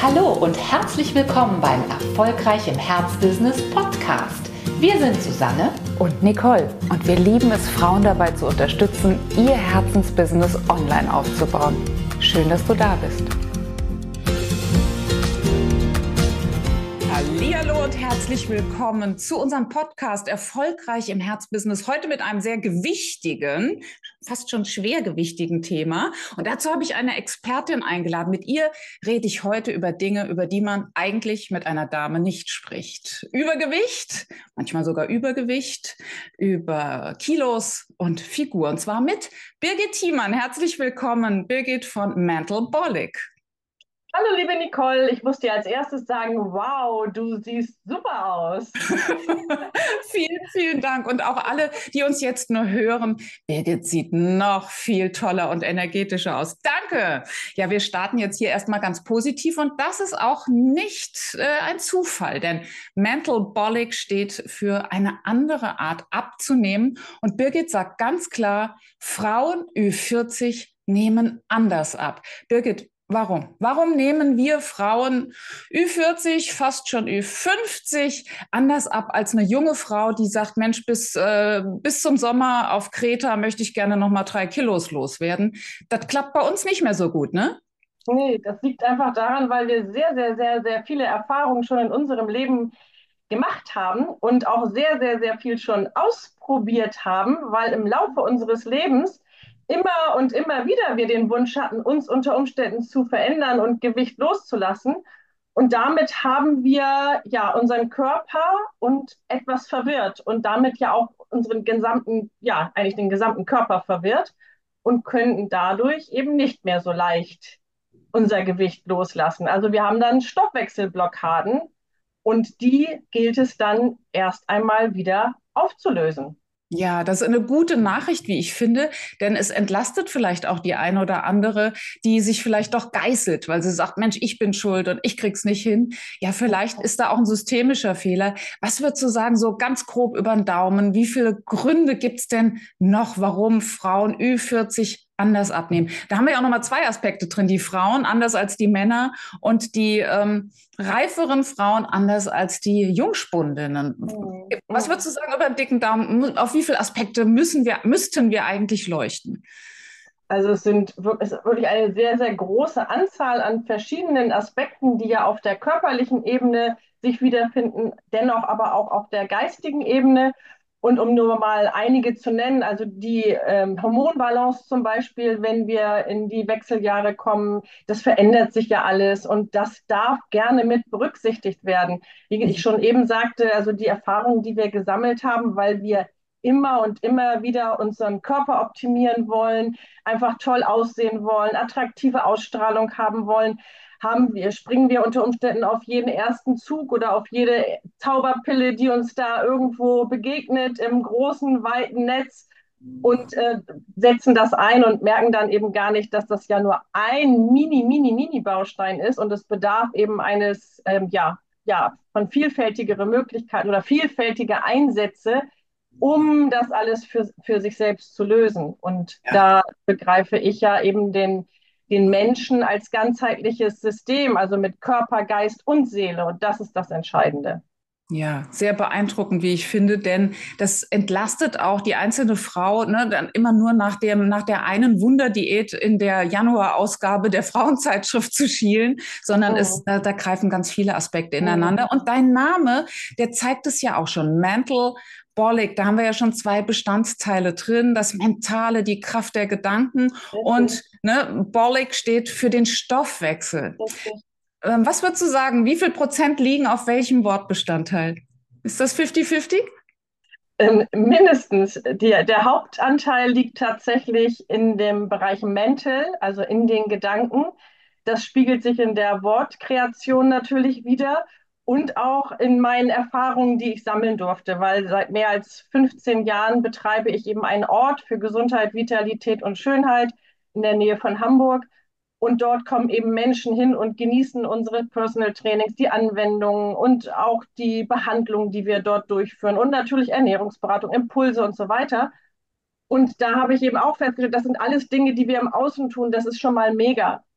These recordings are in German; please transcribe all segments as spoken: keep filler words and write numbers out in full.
Hallo und herzlich willkommen beim Erfolgreich im Herzbusiness Podcast. Wir sind Susanne und Nicole und wir lieben es, Frauen dabei zu unterstützen, ihr Herzensbusiness online aufzubauen. Schön, dass du da bist. Hallihallo und herzlich willkommen zu unserem Podcast Erfolgreich im Herzbusiness. Heute mit einem sehr gewichtigen, fast schon schwergewichtigen Thema. Und dazu habe ich eine Expertin eingeladen. Mit ihr rede ich heute über Dinge, über die man eigentlich mit einer Dame nicht spricht. Übergewicht, manchmal sogar Übergewicht, über Kilos und Figur. Und zwar mit Birgit Thiemann. Herzlich willkommen, Birgit von Mental Bollig. Hallo liebe Nicole, ich muss dir als erstes sagen, wow, du siehst super aus. Vielen, vielen Dank. Und auch alle, die uns jetzt nur hören, Birgit sieht noch viel toller und energetischer aus. Danke. Ja, wir starten jetzt hier erstmal ganz positiv und das ist auch nicht äh, ein Zufall, denn Mental Bollig steht für eine andere Art abzunehmen. Und Birgit sagt ganz klar, Frauen Ü vierzig nehmen anders ab. Birgit, warum? Warum nehmen wir Frauen Ü vierzig, fast schon Ü fünfzig anders ab als eine junge Frau, die sagt, Mensch, bis, äh, bis zum Sommer auf Kreta möchte ich gerne noch mal drei Kilos loswerden. Das klappt bei uns nicht mehr so gut, ne? Nee, das liegt einfach daran, weil wir sehr, sehr, sehr, sehr viele Erfahrungen schon in unserem Leben gemacht haben und auch sehr, sehr, sehr viel schon ausprobiert haben, weil im Laufe unseres Lebens immer und immer wieder wir den Wunsch hatten, uns unter Umständen zu verändern und Gewicht loszulassen. Und damit haben wir ja unseren Körper und etwas verwirrt und damit ja auch unseren gesamten, ja, eigentlich den gesamten Körper verwirrt und können dadurch eben nicht mehr so leicht unser Gewicht loslassen. Also wir haben dann Stoffwechselblockaden und die gilt es dann erst einmal wieder aufzulösen. Ja, das ist eine gute Nachricht, wie ich finde, denn es entlastet vielleicht auch die eine oder andere, die sich vielleicht doch geißelt, weil sie sagt, Mensch, ich bin schuld und ich krieg's nicht hin. Ja, vielleicht ist da auch ein systemischer Fehler. Was würdest du sagen, so ganz grob über den Daumen, wie viele Gründe gibt's denn noch, warum Frauen Ü vierzig anders abnehmen? Da haben wir ja auch nochmal zwei Aspekte drin. Die Frauen anders als die Männer und die ähm, reiferen Frauen anders als die Jungspundinnen. Was würdest du sagen über den dicken Daumen? Auf wie viele Aspekte müssen wir, müssten wir eigentlich leuchten? Also es sind wirklich, es ist wirklich eine sehr, sehr große Anzahl an verschiedenen Aspekten, die ja auf der körperlichen Ebene sich wiederfinden, dennoch aber auch auf der geistigen Ebene. Und um nur mal einige zu nennen, also die ähm, Hormonbalance zum Beispiel, wenn wir in die Wechseljahre kommen, das verändert sich ja alles und das darf gerne mit berücksichtigt werden. Wie ich schon eben sagte, also die Erfahrungen, die wir gesammelt haben, weil wir immer und immer wieder unseren Körper optimieren wollen, einfach toll aussehen wollen, attraktive Ausstrahlung haben wollen, haben wir, springen wir unter Umständen auf jeden ersten Zug oder auf jede Zauberpille, die uns da irgendwo begegnet im großen, weiten Netz und äh, setzen das ein und merken dann eben gar nicht, dass das ja nur ein mini, mini, mini Baustein ist und es bedarf eben eines, ähm, ja, ja, von vielfältigeren Möglichkeiten oder vielfältiger Einsätze, um das alles für, für sich selbst zu lösen. Und Ja. da begreife ich ja eben den, den Menschen als ganzheitliches System, also mit Körper, Geist und Seele. Und das ist das Entscheidende. Ja, sehr beeindruckend, wie ich finde, denn das entlastet auch die einzelne Frau, ne, dann immer nur nach dem, nach der einen Wunderdiät in der Januarausgabe der Frauenzeitschrift zu schielen, sondern Mhm. es, da, da greifen ganz viele Aspekte ineinander. Und dein Name, der zeigt es ja auch schon. Mental Bollig, da haben wir ja schon zwei Bestandteile drin, das Mentale, die Kraft der Gedanken und ne, Bollig steht für den Stoffwechsel. Richtig. Was würdest du sagen, wie viel Prozent liegen auf welchem Wortbestandteil? Ist das fünfzig fünfzig? Ähm, mindestens. Die, der Hauptanteil liegt tatsächlich in dem Bereich Mental, also in den Gedanken. Das spiegelt sich in der Wortkreation natürlich wieder und auch in meinen Erfahrungen, die ich sammeln durfte, weil seit mehr als fünfzehn Jahren betreibe ich eben einen Ort für Gesundheit, Vitalität und Schönheit in der Nähe von Hamburg. Und dort kommen eben Menschen hin und genießen unsere Personal Trainings, die Anwendungen und auch die Behandlungen, die wir dort durchführen und natürlich Ernährungsberatung, Impulse und so weiter. Und da habe ich eben auch festgestellt, das sind alles Dinge, die wir im Außen tun. Das ist schon mal mega.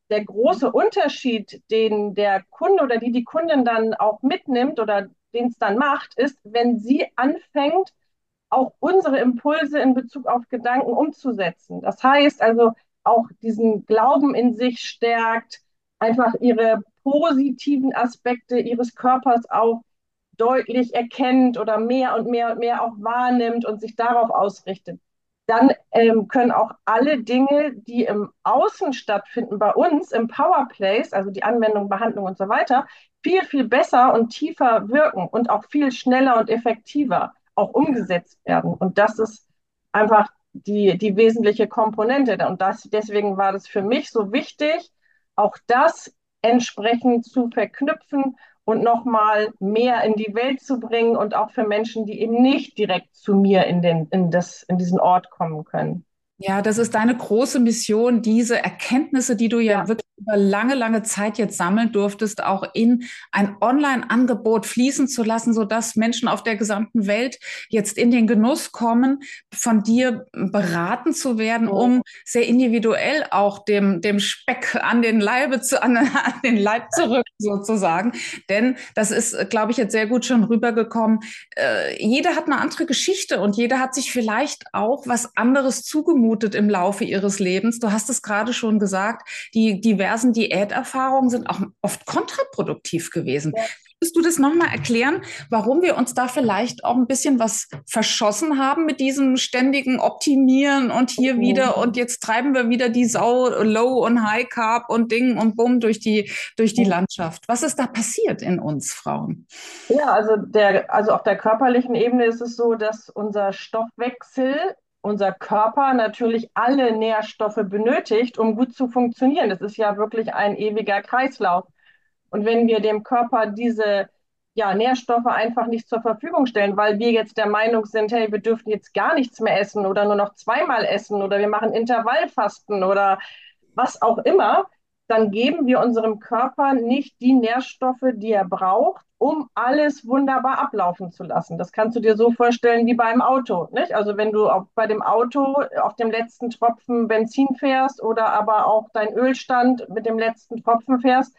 der große Unterschied, den der Kunde oder die die Kundin dann auch mitnimmt oder den es dann macht, ist, wenn sie anfängt, auch unsere Impulse in Bezug auf Gedanken umzusetzen. Das heißt also auch diesen Glauben in sich stärkt, einfach ihre positiven Aspekte ihres Körpers auch deutlich erkennt oder mehr und mehr und mehr auch wahrnimmt und sich darauf ausrichtet. Dann ähm, können auch alle Dinge, die im Außen stattfinden, bei uns im Powerplace, also die Anwendung, Behandlung und so weiter, viel, viel besser und tiefer wirken und auch viel schneller und effektiver auch umgesetzt werden. Und das ist einfach die, die wesentliche Komponente. Und das, deswegen war das für mich so wichtig, auch das entsprechend zu verknüpfen und nochmal mehr in die Welt zu bringen und auch für Menschen, die eben nicht direkt zu mir in, den, in, das, in diesen Ort kommen können. Ja, das ist deine große Mission, diese Erkenntnisse, die du ja Ja. wirklich über lange, lange Zeit jetzt sammeln durftest, auch in ein Online-Angebot fließen zu lassen, sodass Menschen auf der gesamten Welt jetzt in den Genuss kommen, von dir beraten zu werden, um sehr individuell auch dem, dem Speck an den Leibe zu, an, an den Leib zu rücken, sozusagen. Denn das ist, glaube ich, jetzt sehr gut schon rübergekommen. Äh, jeder hat eine andere Geschichte und jeder hat sich vielleicht auch was anderes zugemutet im Laufe ihres Lebens. Du hast es gerade schon gesagt, die diversen Diäterfahrungen sind auch oft kontraproduktiv gewesen. Ja. Würdest du das nochmal erklären, warum wir uns da vielleicht auch ein bisschen was verschossen haben mit diesem ständigen Optimieren und hier Mhm. wieder und jetzt treiben wir wieder die Sau Low und High Carb und Ding und Bumm durch die, durch die Mhm. Landschaft? Was ist da passiert in uns Frauen? Ja, also, der, also auf der körperlichen Ebene ist es so, dass unser Stoffwechsel, unser Körper natürlich alle Nährstoffe benötigt, um gut zu funktionieren. Das ist ja wirklich ein ewiger Kreislauf. Und wenn wir dem Körper diese ja, Nährstoffe einfach nicht zur Verfügung stellen, weil wir jetzt der Meinung sind, hey, wir dürfen jetzt gar nichts mehr essen oder nur noch zweimal essen oder wir machen Intervallfasten oder was auch immer, dann geben wir unserem Körper nicht die Nährstoffe, die er braucht, um alles wunderbar ablaufen zu lassen. Das kannst du dir so vorstellen wie beim Auto, nicht? Also wenn du auch bei dem Auto auf dem letzten Tropfen Benzin fährst oder aber auch dein Ölstand mit dem letzten Tropfen fährst,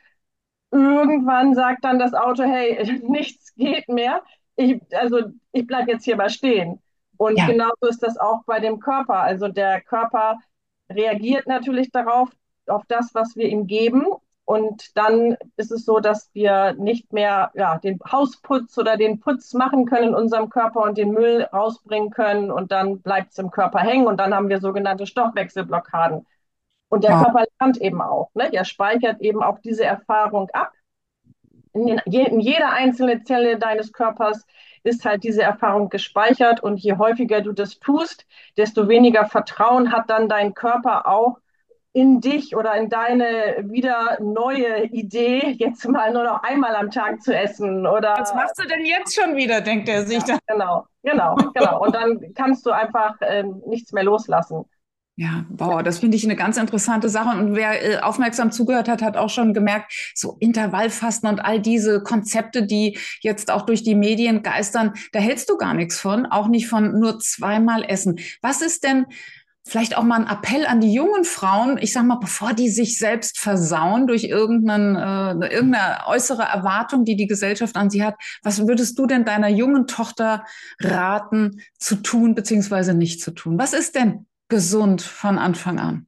irgendwann sagt dann das Auto, hey, nichts geht mehr. Ich, also ich bleibe jetzt hier mal stehen. Und Ja. genauso ist das auch bei dem Körper. Also der Körper reagiert natürlich darauf, auf das, was wir ihm geben. Und dann ist es so, dass wir nicht mehr ja, den Hausputz oder den Putz machen können in unserem Körper und den Müll rausbringen können. Und dann bleibt es im Körper hängen. Und dann haben wir sogenannte Stoffwechselblockaden. Und der Wow. Körper lernt eben auch. Ne? Er speichert eben auch diese Erfahrung ab. In, den, in jeder einzelnen Zelle deines Körpers ist halt diese Erfahrung gespeichert. Und je häufiger du das tust, desto weniger Vertrauen hat dann dein Körper auch in dich oder in deine wieder neue Idee, jetzt mal nur noch einmal am Tag zu essen. Oder Was machst du denn jetzt schon wieder, denkt er sich ja, dann. genau, genau, genau. Und dann kannst du einfach ähm, nichts mehr loslassen. Ja, wow, das finde ich eine ganz interessante Sache. Und wer äh, aufmerksam zugehört hat, hat auch schon gemerkt, so Intervallfasten und all diese Konzepte, die jetzt auch durch die Medien geistern, da hältst du gar nichts von, auch nicht von nur zweimal essen. Was ist denn vielleicht auch mal ein Appell an die jungen Frauen, ich sag mal, bevor die sich selbst versauen durch irgendeinen, äh, irgendeine äußere Erwartung, die die Gesellschaft an sie hat? Was würdest du denn deiner jungen Tochter raten, zu tun beziehungsweise nicht zu tun? Was ist denn gesund von Anfang an?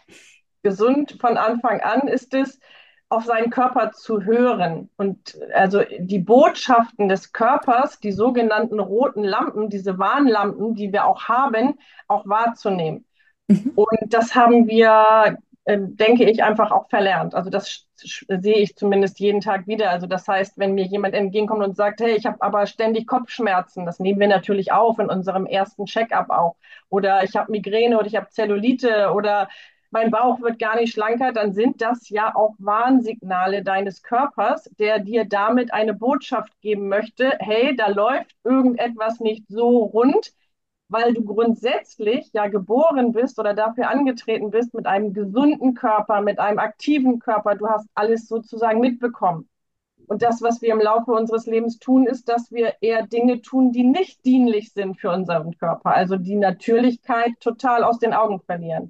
Gesund von Anfang an ist es, auf seinen Körper zu hören und also die Botschaften des Körpers, die sogenannten roten Lampen, diese Warnlampen, die wir auch haben, auch wahrzunehmen. Mhm. Und das haben wir, äh, denke ich, einfach auch verlernt. Also das sehe ich zumindest jeden Tag wieder. Also das heißt, wenn mir jemand entgegenkommt und sagt, hey, ich habe aber ständig Kopfschmerzen, das nehmen wir natürlich auf in unserem ersten Check-up auch. Oder ich habe Migräne oder ich habe Zellulite oder mein Bauch wird gar nicht schlanker, dann sind das ja auch Warnsignale deines Körpers, der dir damit eine Botschaft geben möchte, hey, da läuft irgendetwas nicht so rund, weil du grundsätzlich ja geboren bist oder dafür angetreten bist mit einem gesunden Körper, mit einem aktiven Körper. Du hast alles sozusagen mitbekommen. Und das, was wir im Laufe unseres Lebens tun, ist, dass wir eher Dinge tun, die nicht dienlich sind für unseren Körper. Also die Natürlichkeit total aus den Augen verlieren.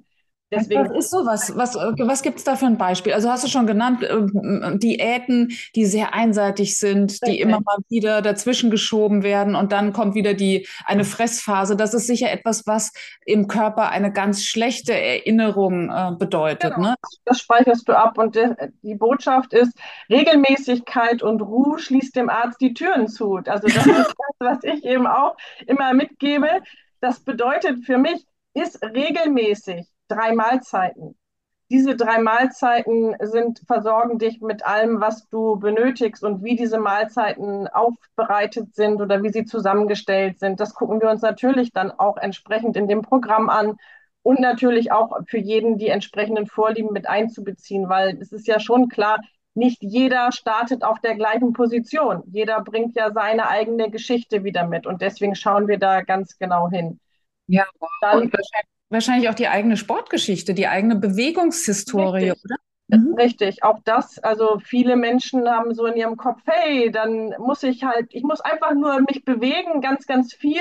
Deswegen Was ist sowas? Was, was gibt es da für ein Beispiel? Also hast du schon genannt, ähm, Diäten, die sehr einseitig sind, die immer richtig. mal wieder dazwischen geschoben werden und dann kommt wieder die, eine Fressphase. Das ist sicher etwas, was im Körper eine ganz schlechte Erinnerung, äh, bedeutet, Genau, ne? das speicherst du ab und de, die Botschaft ist, Regelmäßigkeit und Ruhe schließt dem Arzt die Türen zu. Also das ist das, was ich eben auch immer mitgebe. Das bedeutet für mich, ist regelmäßig drei Mahlzeiten. Diese drei Mahlzeiten sind, versorgen dich mit allem, was du benötigst und wie diese Mahlzeiten aufbereitet sind oder wie sie zusammengestellt sind. Das gucken wir uns natürlich dann auch entsprechend in dem Programm an und natürlich auch für jeden die entsprechenden Vorlieben mit einzubeziehen, weil es ist ja schon klar, nicht jeder startet auf der gleichen Position. Jeder bringt ja seine eigene Geschichte wieder mit und deswegen schauen wir da ganz genau hin. Ja, wow. Dann Und wahrscheinlich, wahrscheinlich auch die eigene Sportgeschichte, die eigene Bewegungshistorie, richtig. oder? Mhm. Richtig, auch das, also viele Menschen haben so in ihrem Kopf, hey, dann muss ich halt, ich muss einfach nur mich bewegen, ganz, ganz viel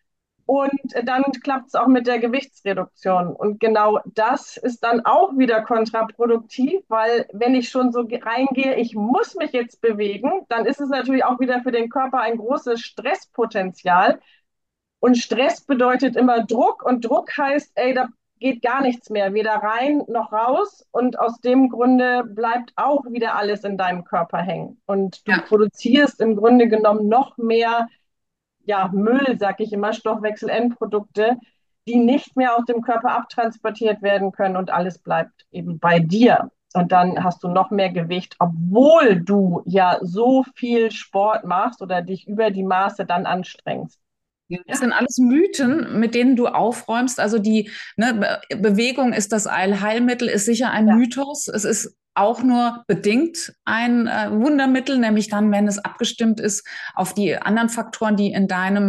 und dann klappt es auch mit der Gewichtsreduktion. Und genau das ist dann auch wieder kontraproduktiv, weil wenn ich schon so reingehe, ich muss mich jetzt bewegen, dann ist es natürlich auch wieder für den Körper ein großes Stresspotenzial. Und Stress bedeutet immer Druck und Druck heißt, ey, da geht gar nichts mehr, weder rein noch raus. Und aus dem Grunde bleibt auch wieder alles in deinem Körper hängen. Und du Ja. produzierst im Grunde genommen noch mehr, ja, Müll, sag ich immer, Stoffwechselendprodukte, die nicht mehr aus dem Körper abtransportiert werden können und alles bleibt eben bei dir. Und dann hast du noch mehr Gewicht, obwohl du ja so viel Sport machst oder dich über die Maße dann anstrengst. Ja, das sind alles Mythen, mit denen du aufräumst. Also die, ne, Be Bewegung ist das Allheilmittel, ist sicher ein Ja. Mythos. Es ist auch nur bedingt ein äh, Wundermittel, nämlich dann, wenn es abgestimmt ist auf die anderen Faktoren, die in deinem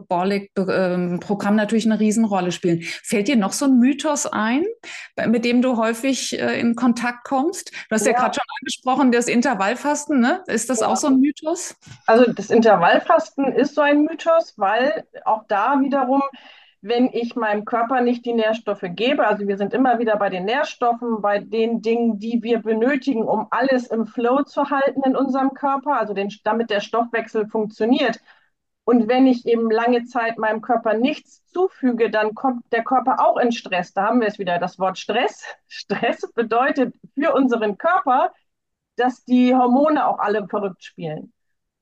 Mental-Bolic-Programm natürlich eine Riesenrolle spielen. Fällt dir noch so ein Mythos ein, mit dem du häufig äh, in Kontakt kommst? Du hast ja Ja, gerade schon angesprochen, das Intervallfasten, ne? Ist das auch ja. so ein Mythos? Also das Intervallfasten ist so ein Mythos, weil auch da wiederum, wenn ich meinem Körper nicht die Nährstoffe gebe, also wir sind immer wieder bei den Nährstoffen, bei den Dingen, die wir benötigen, um alles im Flow zu halten in unserem Körper, also den, damit der Stoffwechsel funktioniert. Und wenn ich eben lange Zeit meinem Körper nichts zufüge, dann kommt der Körper auch in Stress. Da haben wir es wieder, das Wort Stress. Stress bedeutet für unseren Körper, dass die Hormone auch alle verrückt spielen.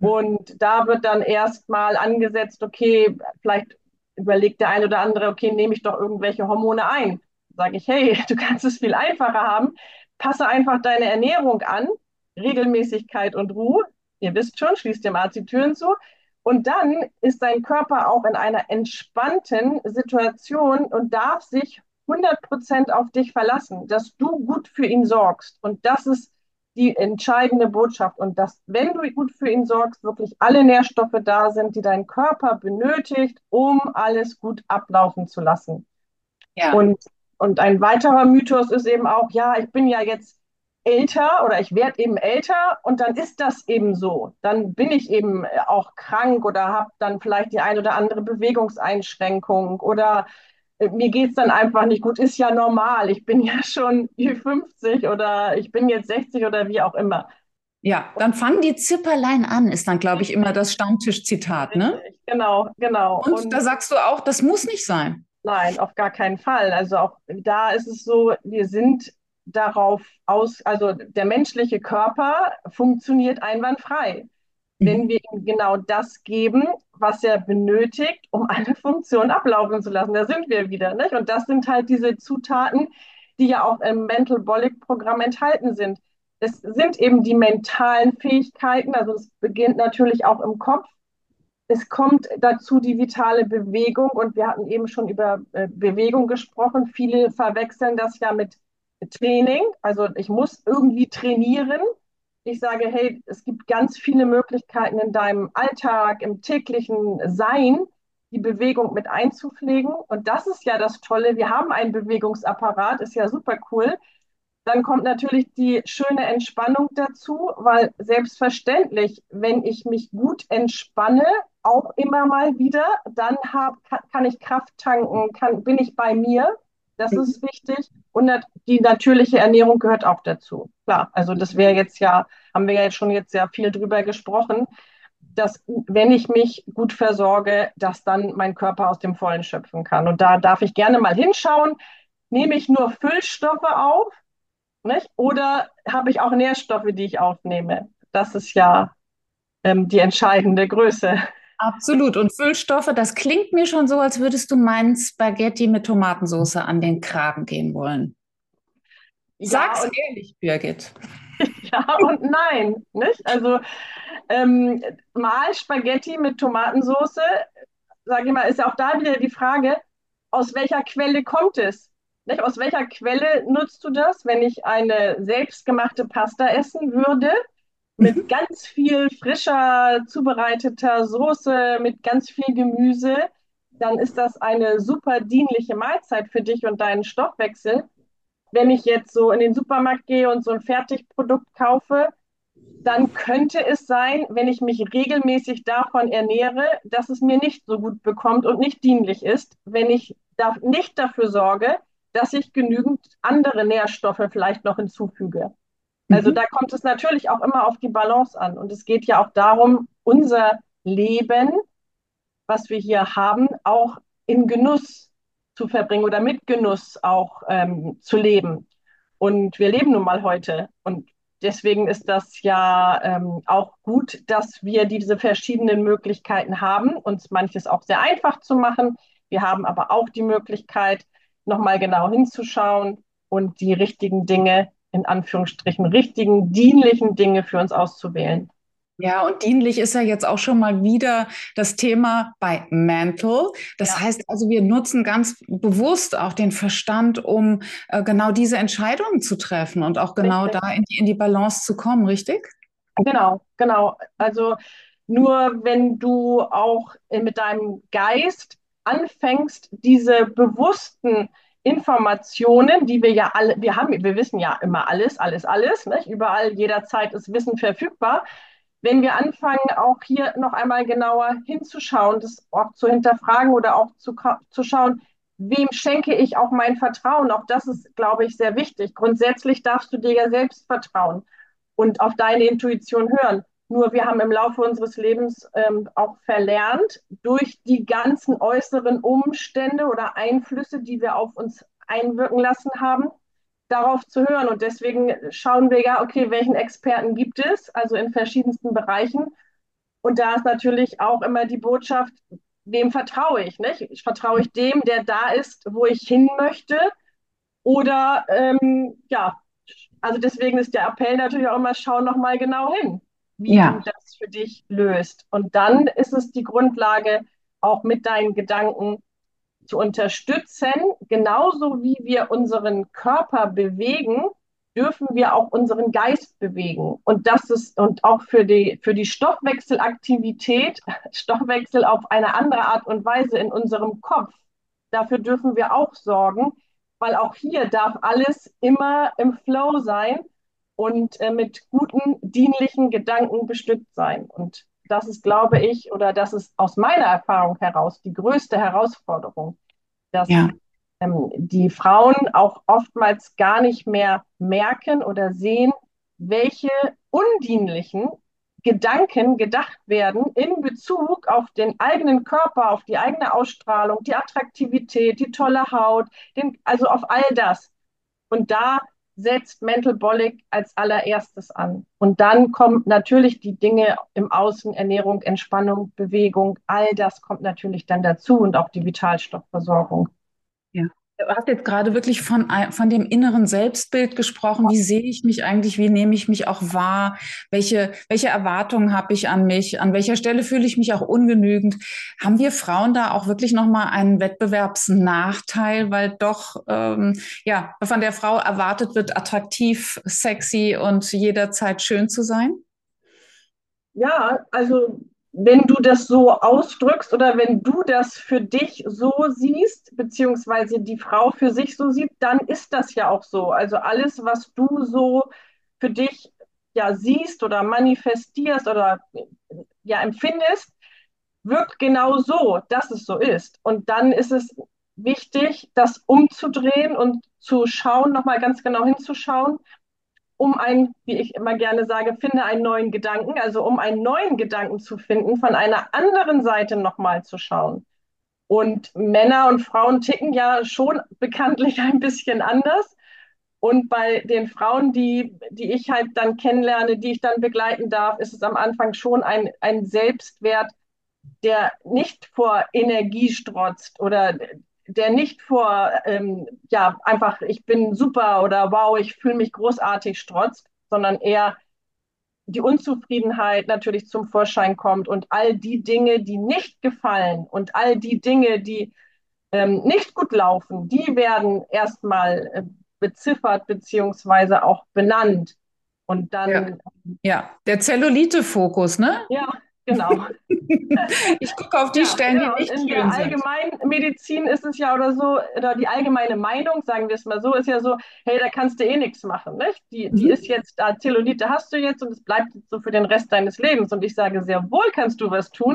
Und da wird dann erstmal angesetzt, okay, vielleicht überlegt der eine oder andere, okay, nehme ich doch irgendwelche Hormone ein. Sage ich, hey, du kannst es viel einfacher haben. Passe einfach deine Ernährung an, Regelmäßigkeit und Ruhe. Ihr wisst schon, schließt dem Arzt die Türen zu. Und dann ist dein Körper auch in einer entspannten Situation und darf sich hundert Prozent auf dich verlassen, dass du gut für ihn sorgst. Und das ist die entscheidende Botschaft. Und dass, wenn du gut für ihn sorgst, wirklich alle Nährstoffe da sind, die dein Körper benötigt, um alles gut ablaufen zu lassen. Ja. Und, und ein weiterer Mythos ist eben auch, ja, ich bin ja jetzt älter oder ich werde eben älter und dann ist das eben so. Dann bin ich eben auch krank oder habe dann vielleicht die ein oder andere Bewegungseinschränkung oder äh, mir geht es dann einfach nicht gut. Ist ja normal. Ich bin ja schon Ü fünfzig oder ich bin jetzt sechzig oder wie auch immer. Ja, dann fangen die Zipperlein an, ist dann, glaube ich, immer das Stammtischzitat, ne? Richtig, genau, genau. Und Und da sagst du auch, das muss nicht sein. nein, auf gar keinen Fall. Also auch da ist es so, wir sind darauf aus, also der menschliche Körper funktioniert einwandfrei, wenn Mhm. wir ihm genau das geben, was er benötigt, um alle Funktionen ablaufen zu lassen. Da sind wir wieder, nicht? Und das sind halt diese Zutaten, die ja auch im Mental Bolic Programm enthalten sind. Es sind eben die mentalen Fähigkeiten, also es beginnt natürlich auch im Kopf. Es kommt dazu die vitale Bewegung und wir hatten eben schon über äh, Bewegung gesprochen. Viele verwechseln das ja mit Training. Also ich muss irgendwie trainieren. Ich sage, hey, es gibt ganz viele Möglichkeiten in deinem Alltag, im täglichen Sein, die Bewegung mit einzupflegen. Und das ist ja das Tolle. Wir haben einen Bewegungsapparat, ist ja super cool. Dann kommt natürlich die schöne Entspannung dazu, weil selbstverständlich, wenn ich mich gut entspanne, auch immer mal wieder, dann hab, kann, kann ich Kraft tanken, kann, bin ich bei mir. Das ist wichtig. Und nat die natürliche Ernährung gehört auch dazu. Klar, also das wäre jetzt ja, haben wir ja jetzt schon jetzt sehr viel drüber gesprochen, dass wenn ich mich gut versorge, dass dann mein Körper aus dem Vollen schöpfen kann. Und da darf ich gerne mal hinschauen, nehme ich nur Füllstoffe auf, nicht? Oder habe ich auch Nährstoffe, die ich aufnehme? Das ist ja ähm, die entscheidende Größe. Absolut. Und Füllstoffe, das klingt mir schon so, als würdest du meinen Spaghetti mit Tomatensauce an den Kragen gehen wollen. Ja Sag's und ehrlich, Birgit. ja und nein, nicht? Also ähm, mal Spaghetti mit Tomatensauce, sage ich mal, ist ja auch da wieder die Frage, aus welcher Quelle kommt es? Nicht? Aus welcher Quelle nutzt du das? Wenn ich eine selbstgemachte Pasta essen würde, mit Mhm. ganz viel frischer zubereiteter Soße, mit ganz viel Gemüse, dann ist das eine super dienliche Mahlzeit für dich und deinen Stoffwechsel. Wenn ich jetzt so in den Supermarkt gehe und so ein Fertigprodukt kaufe, dann könnte es sein, wenn ich mich regelmäßig davon ernähre, dass es mir nicht so gut bekommt und nicht dienlich ist, wenn ich da nicht dafür sorge, dass ich genügend andere Nährstoffe vielleicht noch hinzufüge. Also Mhm. da kommt es natürlich auch immer auf die Balance an. Und es geht ja auch darum, unser Leben, was wir hier haben, auch in Genuss zu verbringen oder mit Genuss auch ähm, zu leben. Und wir leben nun mal heute. Und deswegen ist das ja ähm, auch gut, dass wir diese verschiedenen Möglichkeiten haben, uns manches auch sehr einfach zu machen. Wir haben aber auch die Möglichkeit, nochmal genau hinzuschauen und die richtigen Dinge, in Anführungsstrichen, richtigen, dienlichen Dinge für uns auszuwählen. Ja, und dienlich ist ja jetzt auch schon mal wieder das Thema bei Mental. Das Ja, heißt also, wir nutzen ganz bewusst auch den Verstand, um äh, genau diese Entscheidungen zu treffen und auch genau richtig. da in die, in die Balance zu kommen, richtig? Genau, genau. Also nur wenn du auch äh, mit deinem Geist anfängst, diese bewussten Informationen, die wir ja alle, wir haben, wir wissen ja immer alles, alles, alles, nicht? Überall, jederzeit ist Wissen verfügbar. Wenn wir anfangen, auch hier noch einmal genauer hinzuschauen, das auch zu hinterfragen oder auch zu, zu schauen, wem schenke ich auch mein Vertrauen? Auch das ist, glaube ich, sehr wichtig. Grundsätzlich darfst du dir ja selbst vertrauen und auf deine Intuition hören. Nur wir haben im Laufe unseres Lebens ähm, auch verlernt, durch die ganzen äußeren Umstände oder Einflüsse, die wir auf uns einwirken lassen haben, darauf zu hören. Und deswegen schauen wir ja, okay, welchen Experten gibt es, also in verschiedensten Bereichen. Und da ist natürlich auch immer die Botschaft, wem vertraue ich, nicht? Ich vertraue ich dem, der da ist, wo ich hin möchte, oder ähm, ja, also deswegen ist der Appell natürlich auch immer, schau noch mal genau hin, wie du Ja. das für dich löst. Und dann ist es die Grundlage, auch mit deinen Gedanken zu unterstützen. Genauso wie wir unseren Körper bewegen, dürfen wir auch unseren Geist bewegen. Und das ist, und auch für die, für die Stoffwechselaktivität, Stoffwechsel auf eine andere Art und Weise in unserem Kopf, dafür dürfen wir auch sorgen, weil auch hier darf alles immer im Flow sein und äh, mit guten, dienlichen Gedanken bestückt sein. Und das ist, glaube ich, oder das ist aus meiner Erfahrung heraus die größte Herausforderung, dass Ja. ähm, die Frauen auch oftmals gar nicht mehr merken oder sehen, welche undienlichen Gedanken gedacht werden in Bezug auf den eigenen Körper, auf die eigene Ausstrahlung, die Attraktivität, die tolle Haut, den, also auf all das. Und da setzt Mental Bollick als allererstes an. Und dann kommen natürlich die Dinge im Außen, Ernährung, Entspannung, Bewegung, all das kommt natürlich dann dazu und auch die Vitalstoffversorgung. Ja. Du hast jetzt gerade wirklich von, ein- von dem inneren Selbstbild gesprochen. Wie sehe ich mich eigentlich? Wie nehme ich mich auch wahr? Welche, welche Erwartungen habe ich an mich? An welcher Stelle fühle ich mich auch ungenügend? Haben wir Frauen da auch wirklich nochmal einen Wettbewerbsnachteil, weil doch ähm, ja, von der Frau erwartet wird, attraktiv, sexy und jederzeit schön zu sein? Ja, also wenn du das so ausdrückst oder wenn du das für dich so siehst, beziehungsweise die Frau für sich so sieht, dann ist das ja auch so. Also alles, was du so für dich ja siehst oder manifestierst oder ja empfindest, wirkt genau so, dass es so ist. Und dann ist es wichtig, das umzudrehen und zu schauen, nochmal ganz genau hinzuschauen, um ein, wie ich immer gerne sage, finde einen neuen Gedanken, also um einen neuen Gedanken zu finden, von einer anderen Seite nochmal zu schauen. Und Männer und Frauen ticken ja schon bekanntlich ein bisschen anders. Und bei den Frauen, die, die ich halt dann kennenlerne, die ich dann begleiten darf, ist es am Anfang schon ein, ein Selbstwert, der nicht vor Energie strotzt oder der nicht vor, ähm, ja, einfach, ich bin super oder wow, ich fühle mich großartig strotzt, sondern eher die Unzufriedenheit natürlich zum Vorschein kommt und all die Dinge, die nicht gefallen und all die Dinge, die ähm, nicht gut laufen, die werden erstmal äh, beziffert beziehungsweise auch benannt. Und Ja, dann, ja, der Zellulite-Fokus, ne? ja, genau. Ich gucke auf die Ja, Stellen, die ja, und nicht in der schön sind. Allgemeinmedizin ist es ja oder so, oder die allgemeine Meinung, sagen wir es mal so, ist ja so, hey, da kannst du eh nichts machen, nicht? Die, die ist Mhm. jetzt da, Zellulite hast du jetzt und es bleibt jetzt so für den Rest deines Lebens. Und ich sage, sehr wohl kannst du was tun,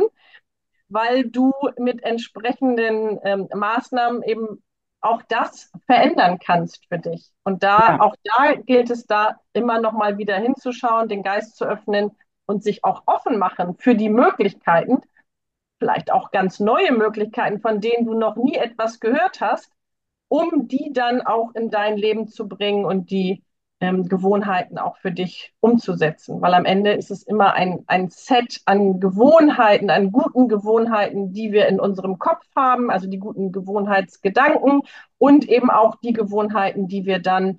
weil du mit entsprechenden ähm, Maßnahmen eben auch das verändern kannst für dich. Und da, Ja. auch da gilt es da immer noch mal wieder hinzuschauen, den Geist zu öffnen und sich auch offen machen für die Möglichkeiten, vielleicht auch ganz neue Möglichkeiten, von denen du noch nie etwas gehört hast, um die dann auch in dein Leben zu bringen und die ähm, Gewohnheiten auch für dich umzusetzen. Weil am Ende ist es immer ein, ein Set an Gewohnheiten, an guten Gewohnheiten, die wir in unserem Kopf haben, also die guten Gewohnheitsgedanken und eben auch die Gewohnheiten, die wir dann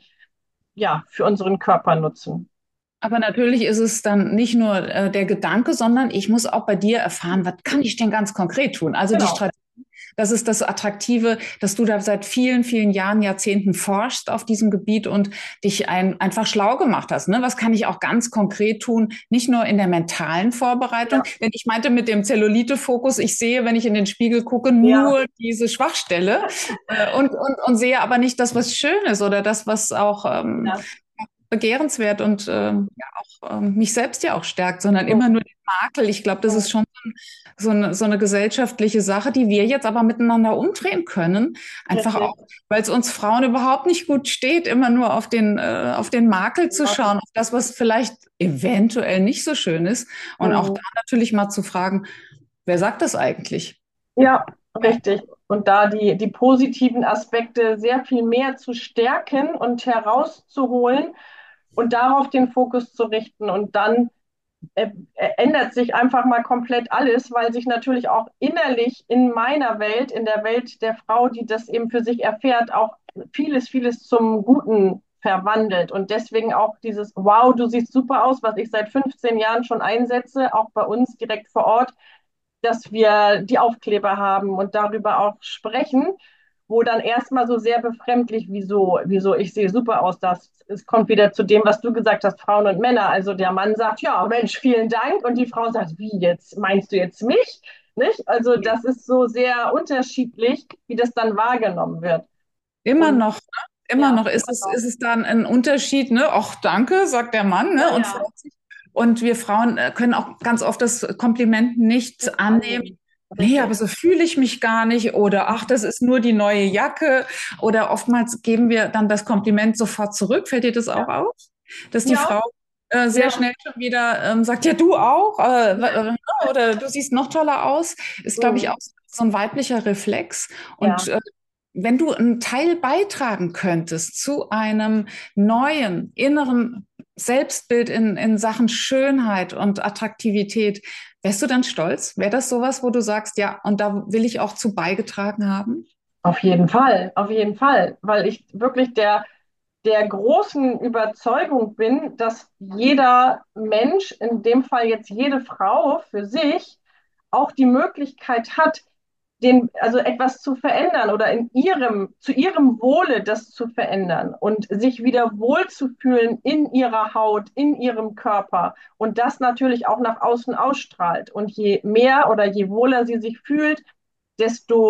ja für unseren Körper nutzen. Aber natürlich ist es dann nicht nur äh, der Gedanke, sondern ich muss auch bei dir erfahren, was kann ich denn ganz konkret tun? Also die Genau. Strategie, das ist das Attraktive, dass du da seit vielen, vielen Jahren, Jahrzehnten forschst auf diesem Gebiet und dich ein, einfach schlau gemacht hast. Ne? Was kann ich auch ganz konkret tun? Nicht nur in der mentalen Vorbereitung, Ja, denn ich meinte mit dem Zellulite-Fokus, ich sehe, wenn ich in den Spiegel gucke, ja, nur diese Schwachstelle äh, und, und, und sehe aber nicht das, was schön ist oder das, was auch ähm, ja. begehrenswert und ähm, ja auch ähm, mich selbst ja auch stärkt, sondern immer Mhm. nur den Makel. Ich glaube, das ist schon so eine, so eine gesellschaftliche Sache, die wir jetzt aber miteinander umdrehen können. Einfach Richtig. auch, weil es uns Frauen überhaupt nicht gut steht, immer nur auf den, äh, auf den Makel zu schauen, auf das, was vielleicht eventuell nicht so schön ist. Und auch Mhm. da natürlich mal zu fragen, wer sagt das eigentlich? Ja, richtig. Und da die, die positiven Aspekte sehr viel mehr zu stärken und herauszuholen und darauf den Fokus zu richten. Und dann äh, äh, ändert sich einfach mal komplett alles, weil sich natürlich auch innerlich in meiner Welt, in der Welt der Frau, die das eben für sich erfährt, auch vieles, vieles zum Guten verwandelt. Und deswegen auch dieses Wow, du siehst super aus, was ich seit fünfzehn Jahren schon einsetze, auch bei uns direkt vor Ort, dass wir die Aufkleber haben und darüber auch sprechen, wo dann erstmal so sehr befremdlich, wieso, wieso ich sehe super aus, das es kommt wieder zu dem, was du gesagt hast, Frauen und Männer. Also der Mann sagt, ja, Mensch, vielen Dank. Und die Frau sagt, wie jetzt? Meinst du jetzt mich? Nicht? Also das ist so sehr unterschiedlich, wie das dann wahrgenommen wird. Immer Und noch, ne? Immer ja, noch ist immer es, noch. ist es dann ein Unterschied, ne? Ach, danke, sagt der Mann, Ja, ne? Und ja, freut sich. Und wir Frauen äh, können auch ganz oft das Kompliment nicht nicht annehmen. annehmen. Nee, Richtig. aber so fühle ich mich gar nicht. Oder ach, das ist nur die neue Jacke. Oder oftmals geben wir dann das Kompliment sofort zurück. Fällt dir das auch Ja, auf? Dass die ja, Frau äh, sehr ja. schnell schon wieder ähm, sagt, ja, du auch. Äh, äh, oder du siehst noch toller aus. Ist, glaube ich, auch Mhm. so ein weiblicher Reflex. Und Ja. äh, wenn du einen Teil beitragen könntest zu einem neuen inneren Selbstbild in, in Sachen Schönheit und Attraktivität, wärst du dann stolz? Wäre das sowas, wo du sagst, ja, und da will ich auch zu beigetragen haben? Auf jeden Fall, auf jeden Fall, weil ich wirklich der, der großen Überzeugung bin, dass jeder Mensch, in dem Fall jetzt jede Frau für sich, auch die Möglichkeit hat, den, also etwas zu verändern oder in ihrem, zu ihrem Wohle das zu verändern und sich wieder wohlzufühlen in ihrer Haut, in ihrem Körper und das natürlich auch nach außen ausstrahlt. Und je mehr oder je wohler sie sich fühlt, desto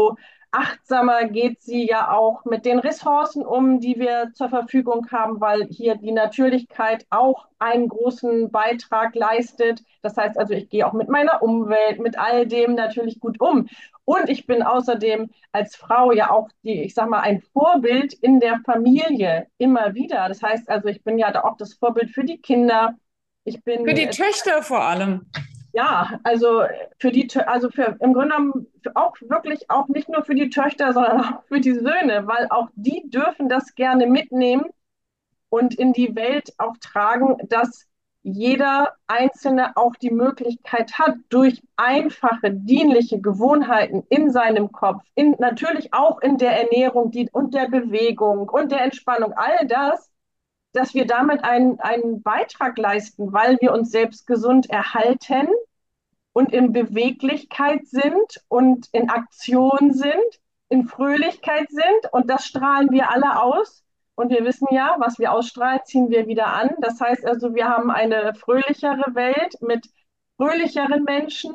achtsamer geht sie ja auch mit den Ressourcen um, die wir zur Verfügung haben, weil hier die Natürlichkeit auch einen großen Beitrag leistet. Das heißt also, ich gehe auch mit meiner Umwelt, mit all dem natürlich gut um. Und ich bin außerdem als Frau ja auch die, ich sag mal, ein Vorbild in der Familie immer wieder. Das heißt also, ich bin ja da auch das Vorbild für die Kinder. Ich Für bin die Töchter vor allem. ja, also für die, Tö- also für im Grunde genommen auch wirklich auch nicht nur für die Töchter, sondern auch für die Söhne, weil auch die dürfen das gerne mitnehmen und in die Welt auch tragen, dass jeder Einzelne auch die Möglichkeit hat, durch einfache, dienliche Gewohnheiten in seinem Kopf, in, natürlich auch in der Ernährung die, und der Bewegung und der Entspannung, all das, dass wir damit einen, einen Beitrag leisten, weil wir uns selbst gesund erhalten und in Beweglichkeit sind und in Aktion sind, in Fröhlichkeit sind. Und das strahlen wir alle aus. Und wir wissen ja, was wir ausstrahlen, ziehen wir wieder an. Das heißt also, wir haben eine fröhlichere Welt mit fröhlicheren Menschen,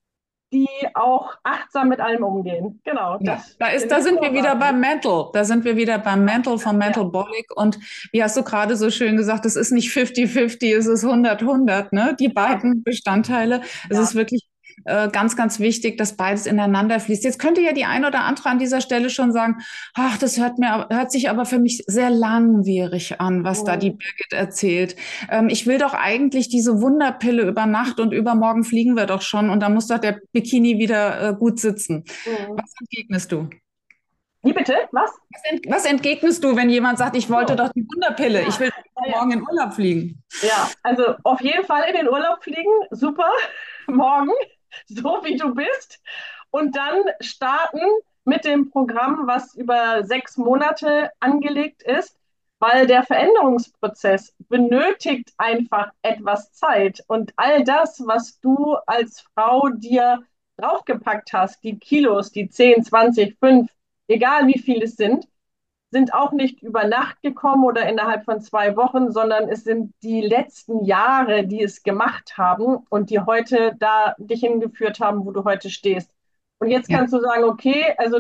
die auch achtsam mit allem umgehen. Genau, Ja, das da ist, finde da ich sind wir wieder großartig. beim Mental. Da sind wir wieder beim Mental von Ja, Mentalbolic. Und wie hast du gerade so schön gesagt, es ist nicht fünfzig fünfzig, es ist hundert hundert, ne? Die ja, beiden Bestandteile. Es ja. ist wirklich äh, ganz, ganz wichtig, dass beides ineinander fließt. Jetzt könnte ja die ein oder andere an dieser Stelle schon sagen, ach, das hört mir, hört sich aber für mich sehr langwierig an, was da die Mhm. Birgit erzählt. Ähm, ich will doch eigentlich diese Wunderpille über Nacht und übermorgen fliegen wir doch schon und da muss doch der Bikini wieder äh, gut sitzen. Mhm. Was entgegnest du? Wie bitte? Was? Was, ent was entgegnest du, wenn jemand sagt, ich wollte So, doch die Wunderpille, ja, ich will ja, ja. morgen in Urlaub fliegen? Ja, also auf jeden Fall in den Urlaub fliegen, super, morgen, so wie du bist. Und dann starten mit dem Programm, was über sechs Monate angelegt ist, weil der Veränderungsprozess benötigt einfach etwas Zeit. Und all das, was du als Frau dir draufgepackt hast, die Kilos, die zehn, zwanzig, fünf, egal wie viel es sind, sind auch nicht über Nacht gekommen oder innerhalb von zwei Wochen, sondern es sind die letzten Jahre, die es gemacht haben und die heute da dich hingeführt haben, wo du heute stehst. Und jetzt Ja. kannst du sagen, okay, also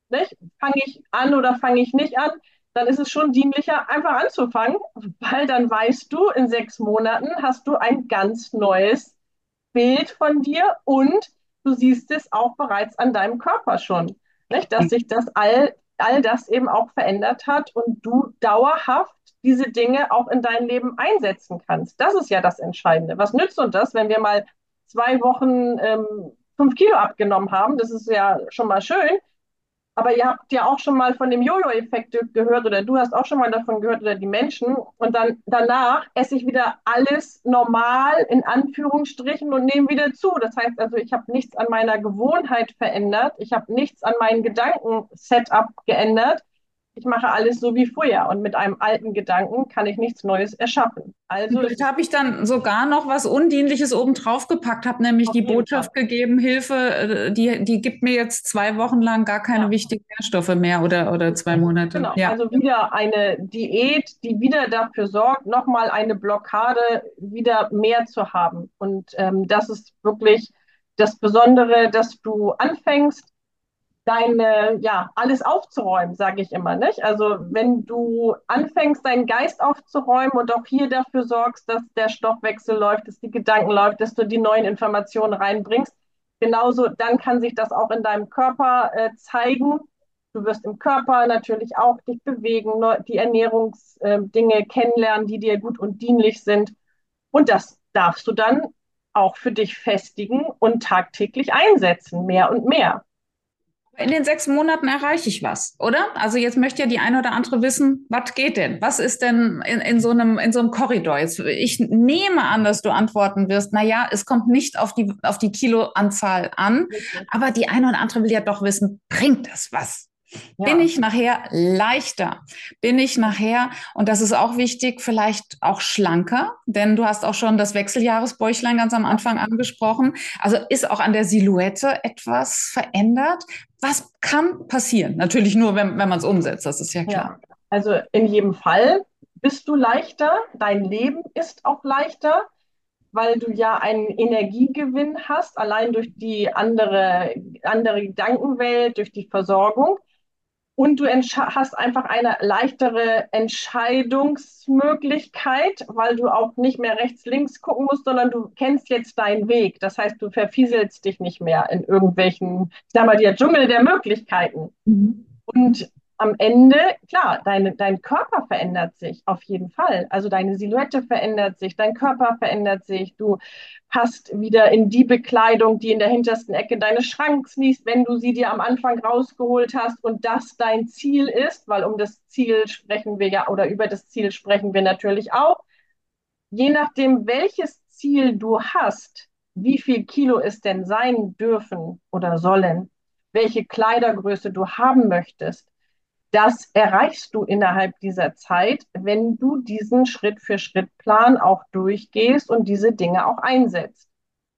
fange ich an oder fange ich nicht an, dann ist es schon dienlicher, einfach anzufangen, weil dann weißt du, in sechs Monaten hast du ein ganz neues Bild von dir und du siehst es auch bereits an deinem Körper schon, nicht? Dass sich das all, all das eben auch verändert hat und du dauerhaft diese Dinge auch in dein Leben einsetzen kannst. Das ist ja das Entscheidende. Was nützt uns das, wenn wir mal zwei Wochen ähm, fünf Kilo abgenommen haben? Das ist ja schon mal schön. Aber ihr habt ja auch schon mal von dem Jojo-Effekt gehört oder du hast auch schon mal davon gehört oder die Menschen. Und dann danach esse ich wieder alles normal in Anführungsstrichen und nehme wieder zu. Das heißt also, ich habe nichts an meiner Gewohnheit verändert. Ich habe nichts an meinen Gedanken-Setup geändert. Ich mache alles so wie früher und mit einem alten Gedanken kann ich nichts Neues erschaffen. Also ist Vielleicht es habe ich dann sogar noch was Undienliches obendrauf gepackt, habe nämlich auf die jeden Fall. Botschaft gegeben, Hilfe, äh, die, die gibt mir jetzt zwei Wochen lang gar keine Ja. wichtigen Nährstoffe mehr oder, oder zwei Monate. Genau, Ja. also wieder eine Diät, die wieder dafür sorgt, nochmal eine Blockade wieder mehr zu haben. Und ähm, das ist wirklich das Besondere, dass du anfängst, deine, ja, alles aufzuräumen, sage ich immer, nicht? Also wenn du anfängst, deinen Geist aufzuräumen und auch hier dafür sorgst, dass der Stoffwechsel läuft, dass die Gedanken läuft, dass du die neuen Informationen reinbringst, genauso dann kann sich das auch in deinem Körper äh, zeigen. Du wirst im Körper natürlich auch dich bewegen, ne, die Ernährungsdinge äh, kennenlernen, die dir gut und dienlich sind. Und das darfst du dann auch für dich festigen und tagtäglich einsetzen, mehr und mehr. In den sechs Monaten erreiche ich was, oder? Also jetzt möchte ja die eine oder andere wissen, was geht denn? Was ist denn in, in so einem, in so einem Korridor? Jetzt, ich nehme an, dass du antworten wirst, na ja, es kommt nicht auf die, auf die Kiloanzahl an, aber die eine oder andere will ja doch wissen, bringt das was? Bin Ja. ich nachher leichter? Bin ich nachher, und das ist auch wichtig, vielleicht auch schlanker? Denn du hast auch schon das Wechseljahresbäuchlein ganz am Anfang angesprochen. Also ist auch an der Silhouette etwas verändert? Was kann passieren? Natürlich nur, wenn, wenn man es umsetzt, das ist ja klar. Ja, also in jedem Fall bist du leichter, dein Leben ist auch leichter. weil du ja einen Energiegewinn hast, allein durch die andere, andere Gedankenwelt, durch die Versorgung. Und du hast einfach eine leichtere Entscheidungsmöglichkeit, weil du auch nicht mehr rechts, links gucken musst, sondern du kennst jetzt deinen Weg. Das heißt, du verfieselst dich nicht mehr in irgendwelchen, ich sag mal, der Dschungel der Möglichkeiten. Mhm. Und am Ende, klar, dein, dein Körper verändert sich auf jeden Fall. Also deine Silhouette verändert sich, dein Körper verändert sich. Du passt wieder in die Bekleidung, die in der hintersten Ecke deines Schranks liegt, wenn du sie dir am Anfang rausgeholt hast und das dein Ziel ist, weil um das Ziel sprechen wir ja oder über das Ziel sprechen wir natürlich auch. Je nachdem, welches Ziel du hast, wie viel Kilo es denn sein dürfen oder sollen, welche Kleidergröße du haben möchtest, das erreichst du innerhalb dieser Zeit, wenn du diesen Schritt-für-Schritt-Plan auch durchgehst und diese Dinge auch einsetzt.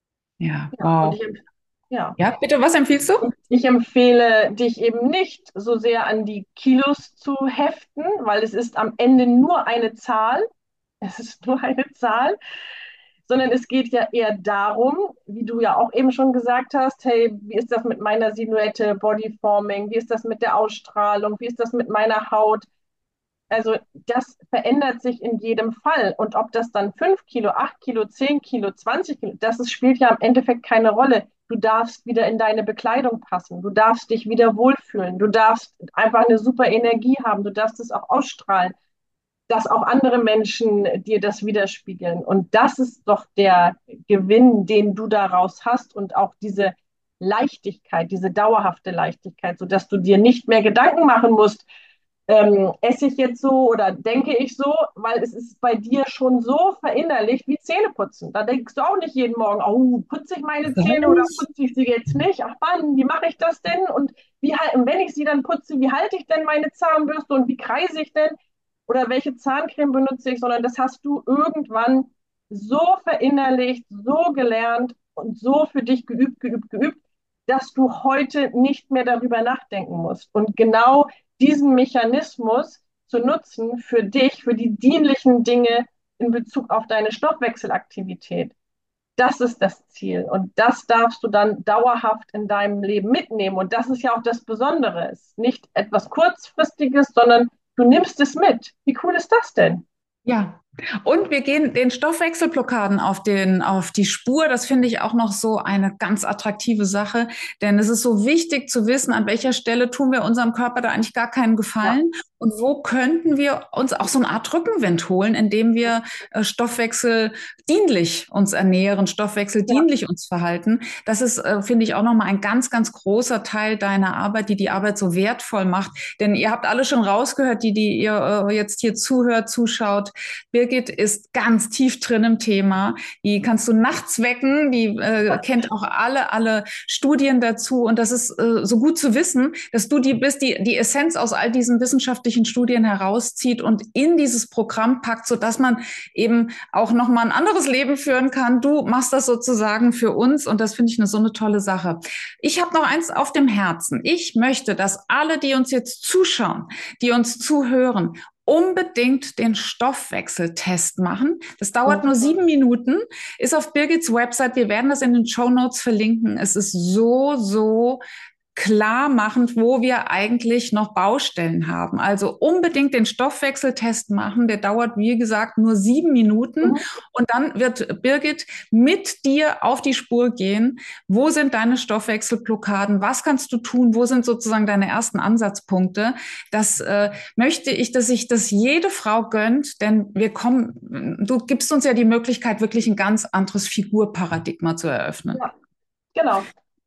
Ja, Ja, und wow. ich, ja. Ja, bitte, was empfiehlst du? Und ich empfehle dich eben nicht so sehr an die Kilos zu heften, weil es ist am Ende nur eine Zahl. Es ist nur eine Zahl, sondern es geht ja eher darum, wie du ja auch eben schon gesagt hast, hey, wie ist das mit meiner Silhouette, Bodyforming, wie ist das mit der Ausstrahlung, wie ist das mit meiner Haut? Also das verändert sich in jedem Fall. Und ob das dann fünf Kilo, acht Kilo, zehn Kilo, zwanzig Kilo, das ist, spielt ja im Endeffekt keine Rolle. Du darfst wieder in deine Bekleidung passen. Du darfst dich wieder wohlfühlen. Du darfst einfach eine super Energie haben. Du darfst es auch ausstrahlen, dass auch andere Menschen dir das widerspiegeln. Und das ist doch der Gewinn, den du daraus hast und auch diese Leichtigkeit, diese dauerhafte Leichtigkeit, sodass du dir nicht mehr Gedanken machen musst, ähm, esse ich jetzt so oder denke ich so, weil es ist bei dir schon so verinnerlicht wie Zähneputzen. Da denkst du auch nicht jeden Morgen, oh, putze ich meine Zähne oder putze ich sie jetzt nicht? Ach Mann, wie mache ich das denn? Und wie, wenn ich sie dann putze, wie halte ich denn meine Zahnbürste und wie kreise ich denn? Oder welche Zahncreme benutze ich? Sondern das hast du irgendwann so verinnerlicht, so gelernt und so für dich geübt, geübt, geübt, dass du heute nicht mehr darüber nachdenken musst. Und genau diesen Mechanismus zu nutzen für dich, für die dienlichen Dinge in Bezug auf deine Stoffwechselaktivität. Das ist das Ziel. Und das darfst du dann dauerhaft in deinem Leben mitnehmen. Und das ist ja auch das Besondere. Es ist nicht etwas Kurzfristiges, sondern du nimmst es mit. Wie cool ist das denn? Ja. Und wir gehen den Stoffwechselblockaden auf den, auf die Spur. Das finde ich auch noch so eine ganz attraktive Sache. Denn es ist so wichtig zu wissen, an welcher Stelle tun wir unserem Körper da eigentlich gar keinen Gefallen. Ja. Und wo könnten wir uns auch so eine Art Rückenwind holen, indem wir äh, Stoffwechsel dienlich uns ernähren, Stoffwechsel dienlich ja. uns verhalten. Das ist, äh, finde ich, auch nochmal ein ganz, ganz großer Teil deiner Arbeit, die die Arbeit so wertvoll macht. Denn ihr habt alle schon rausgehört, die, die ihr äh, jetzt hier zuhört, zuschaut. Birgit ist ganz tief drin im Thema. Die kannst du nachts wecken. Die äh, kennt auch alle, alle Studien dazu. Und das ist äh, so gut zu wissen, dass du die bist, die die Essenz aus all diesen wissenschaftlichen Studien herauszieht und in dieses Programm packt, sodass man eben auch nochmal ein anderes Leben führen kann. Du machst das sozusagen für uns und das finde ich eine so eine tolle Sache. Ich habe noch eins auf dem Herzen. Ich möchte, dass alle, die uns jetzt zuschauen, die uns zuhören, unbedingt den Stoffwechseltest machen. Das dauert nur sieben Minuten, ist auf Birgits Website. Wir werden das in den Shownotes verlinken. Es ist so, so klar machend, wo wir eigentlich noch Baustellen haben. Also unbedingt den Stoffwechseltest machen. Der dauert, wie gesagt, nur sieben Minuten. Mhm. Und dann wird Birgit mit dir auf die Spur gehen. Wo sind deine Stoffwechselblockaden? Was kannst du tun? Wo sind sozusagen deine ersten Ansatzpunkte? Das äh, möchte ich, dass sich das jede Frau gönnt, denn wir kommen, du gibst uns ja die Möglichkeit, wirklich ein ganz anderes Figurparadigma zu eröffnen. Ja, genau.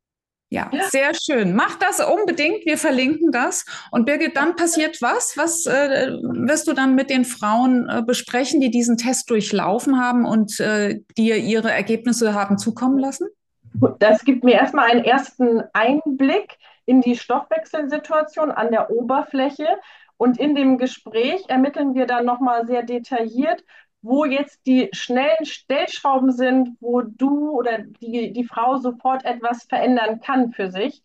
Ja, sehr schön. Mach das unbedingt. Wir verlinken das. Und Birgit, dann passiert was? Was äh, wirst du dann mit den Frauen äh, besprechen, die diesen Test durchlaufen haben und äh, dir ihre Ergebnisse haben zukommen lassen? Das gibt mir erstmal einen ersten Einblick in die Stoffwechselsituation an der Oberfläche. Und in dem Gespräch ermitteln wir dann nochmal sehr detailliert, wo jetzt die schnellen Stellschrauben sind, wo du oder die, die Frau sofort etwas verändern kann für sich,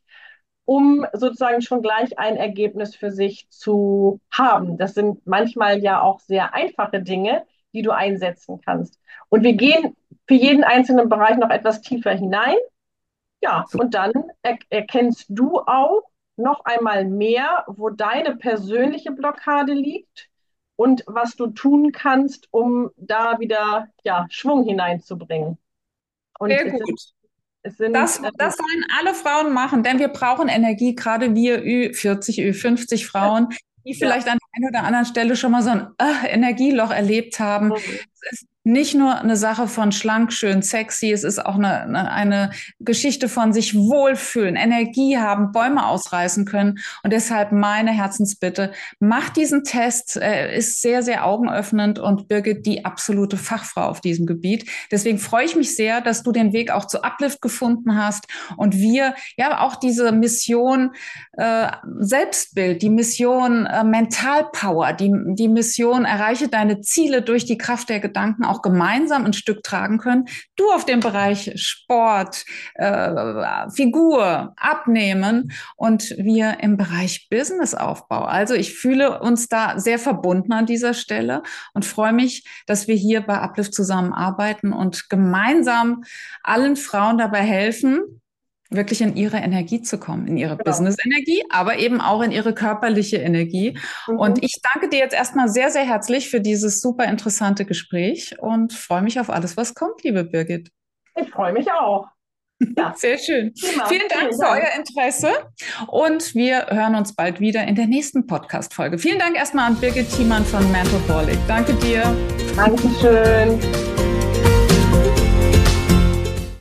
um sozusagen schon gleich ein Ergebnis für sich zu haben. Das sind manchmal ja auch sehr einfache Dinge, die du einsetzen kannst. Und wir gehen für jeden einzelnen Bereich noch etwas tiefer hinein. Ja, So. und dann er erkennst du auch noch einmal mehr, wo deine persönliche Blockade liegt und was du tun kannst, um da wieder ja, Schwung hineinzubringen. Und Sehr es gut. sind, es sind Das, ähm, das sollen alle Frauen machen, denn wir brauchen Energie, gerade wir Ü vierzig, Ü fünfzig Frauen, die vielleicht ja. an der einen oder anderen Stelle schon mal so ein äh, Energieloch erlebt haben. Mhm. Es ist nicht nur eine Sache von schlank, schön, sexy, es ist auch eine, eine, eine Geschichte von sich wohlfühlen, Energie haben, Bäume ausreißen können. Und deshalb meine Herzensbitte, mach diesen Test, er ist sehr, sehr augenöffnend und Birgit die absolute Fachfrau auf diesem Gebiet. Deswegen freue ich mich sehr, dass du den Weg auch zu Uplift gefunden hast und wir ja auch diese Mission äh, Selbstbild, die Mission äh, Mentalpower, die, die Mission erreiche deine Ziele durch die Kraft der Gedanken auch gemeinsam ein Stück tragen können. Du auf dem Bereich Sport, äh, Figur, Abnehmen und wir im Bereich Businessaufbau. Also ich fühle uns da sehr verbunden an dieser Stelle und freue mich, dass wir hier bei Uplift zusammenarbeiten und gemeinsam allen Frauen dabei helfen, wirklich in ihre Energie zu kommen, in ihre Genau. Business-Energie, aber eben auch in ihre körperliche Energie. Mhm. Und ich danke dir jetzt erstmal sehr, sehr herzlich für dieses super interessante Gespräch und freue mich auf alles, was kommt, liebe Birgit. Ich freue mich auch. Ja. Sehr schön. Prima. Vielen Dank Vielen für Dank. euer Interesse und wir hören uns bald wieder in der nächsten Podcast-Folge. Vielen Dank erstmal an Birgit Thiemann von Mentorholic. Danke dir. Dankeschön.